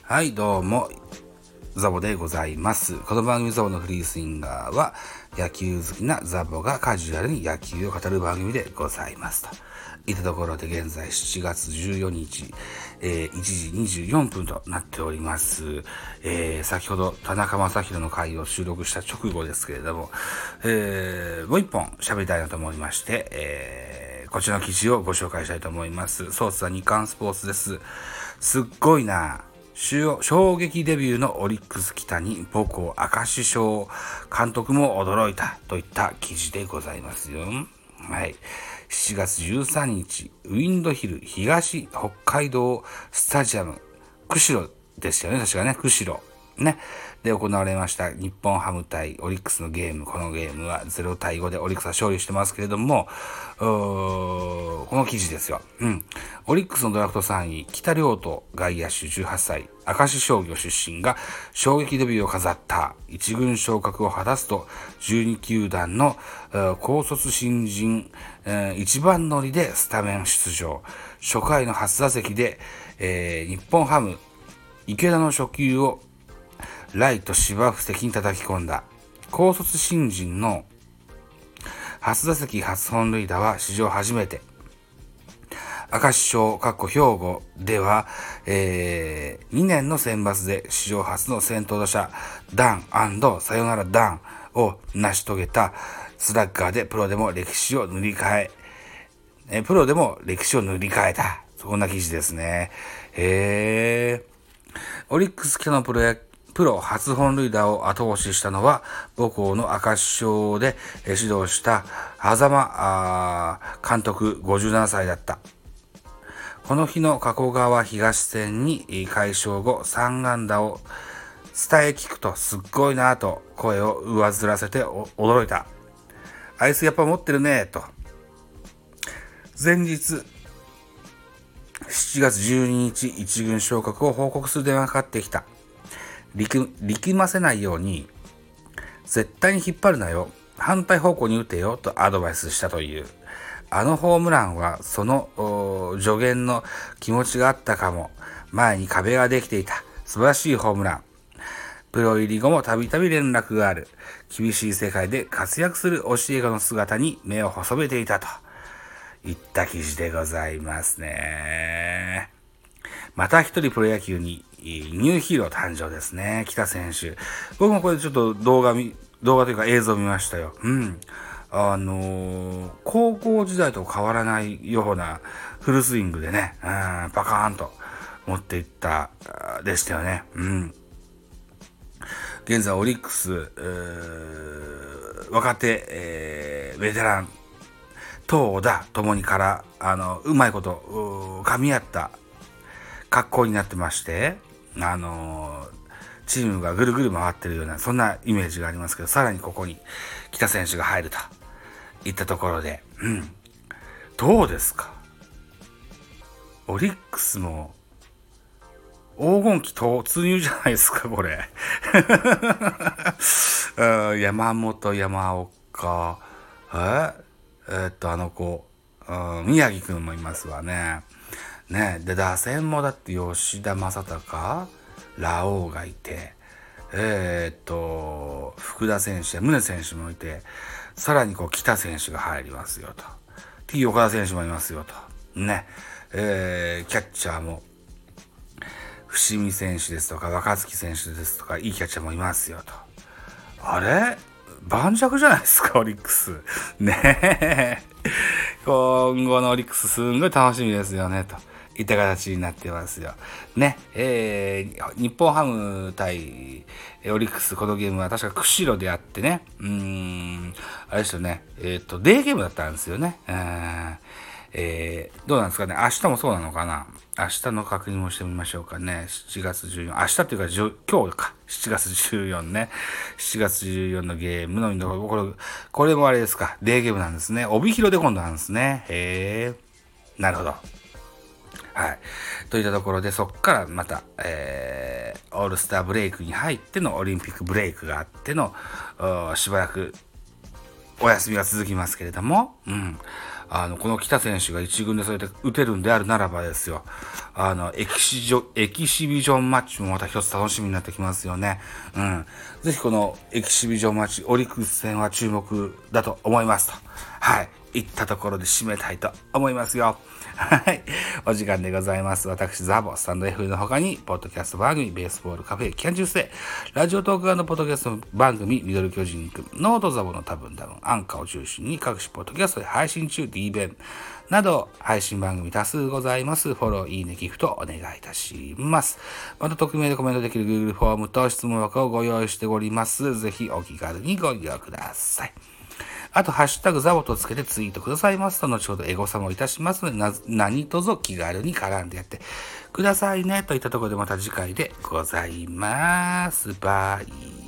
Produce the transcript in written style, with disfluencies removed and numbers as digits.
はい、どうも、ザボでございます。この番組ザボのフリースインガーは、野球好きなザボがカジュアルに野球を語る番組でございますと。いったところで現在7月14日、1時24分となっております。先ほど田中将大の回を収録した直後ですけれども、もう一本喋りたいなと思いまして、こちらの記事をご紹介したいと思います。ソースは日刊スポーツです。すっごいな。衝撃デビューのオリックス北に母校明石翔監督も驚いたといった記事でございますよ。はい。7月13日、ウィンドヒル東北海道スタジアム、釧路ですよね、確かね、釧路。ね。で行われました日本ハム対オリックスのゲーム。このゲームは0対5でオリックスは勝利してますけれども、この記事ですよ。オリックスのドラフト3位、北亮斗外野手18歳、明石商業出身が衝撃デビューを飾った一軍昇格を果たすと、12球団の高卒新人一番乗りでスタメン出場。初回の初打席で、日本ハム池田の初球をライト芝生席に叩き込んだ。高卒新人の初打席初本塁打は史上初めて。明石翔兵庫では、2年の選抜で史上初の先頭打者ダン&サヨナラダンを成し遂げたスラッガーでプロでも歴史を塗り替えた。そんな記事ですね。オリックス北のプロ初本塁打を後押ししたのは母校の明石翔で指導した狭間監督57歳だった。この日の加古川東戦に快勝後3安打を伝え聞くとすっごいなぁと声を上ずらせて驚いた。あいつやっぱ持ってるねと。前日7月12日一軍昇格を報告する電話がかかってきた。力ませないように絶対に引っ張るなよ、反対方向に打てよとアドバイスしたという。あのホームランはその助言の気持ちがあったかも。前に壁ができていた。素晴らしいホームラン。プロ入り後もたびたび連絡がある。厳しい世界で活躍する教え子の姿に目を細めていたといった記事でございますね。また一人プロ野球にニューヒーロー誕生ですね。北選手。僕もこれちょっと動画というか映像を見ましたよ。高校時代と変わらないようなフルスイングでね、パカーンと持っていったでしたよね。現在オリックス、若手、ベテラン、投打ともにからうまいこと噛み合った格好になってまして、チームがぐるぐる回ってるようなそんなイメージがありますけど、さらにここに北選手が入るといったところで、どうですか、オリックスも黄金期突入じゃないですかこれ山本山岡宮城くんもいますわね。で打線もだって吉田正尚、ラオウがいて、福田選手や宗選手もいて、さらに北選手が入りますよと。T 岡田選手もいますよと。キャッチャーも伏見選手ですとか若月選手ですとかいいキャッチャーもいますよと。あれ盤石じゃないですかオリックスね。今後のオリックスすんごい楽しみですよねといった形になってますよね。日本ハム対オリックス、このゲームは確か釧路であってね、あれですよね、デーゲームだったんですよね。どうなんですかね、明日もそうなのかな。明日の確認もしてみましょうかね。7月14、明日っていうか今日か、7月14ね。7月14のゲームの見どころ、これもあれですか、デーゲームなんですね。帯広で今度なんですね。なるほど。はい。といったところで、そこからまた、オールスターブレイクに入ってのオリンピックブレイクがあっての、しばらくお休みが続きますけれども、 この北選手が一軍でそれで打てるんであるならばですよ、エキシビジョンマッチもまた一つ楽しみになってきますよね。ぜひこのエキシビジョンマッチ、オリックス戦は注目だと思いますと。はい。いったところで締めたいと思いますよ。はい。お時間でございます。私、ザボ、スタンド F の他に、ポッドキャスト番組、ベースボールカフェ、キャンジュースで、ラジオトークのポッドキャスト番組、ミドル巨人くん、ノートザボの多分、アンカーを中心に各種ポッドキャストで配信中、D 弁など、配信番組多数ございます。フォロー、いいね、ギフトお願いいたします。また、匿名でコメントできる Google フォームと質問箱をご用意しております。ぜひお気軽にご利用ください。あと、ハッシュタグザボとつけてツイートくださいますと、後ほどエゴサもいたしますので、何卒気軽に絡んでやってくださいね。といったところでまた次回でございます。バイ。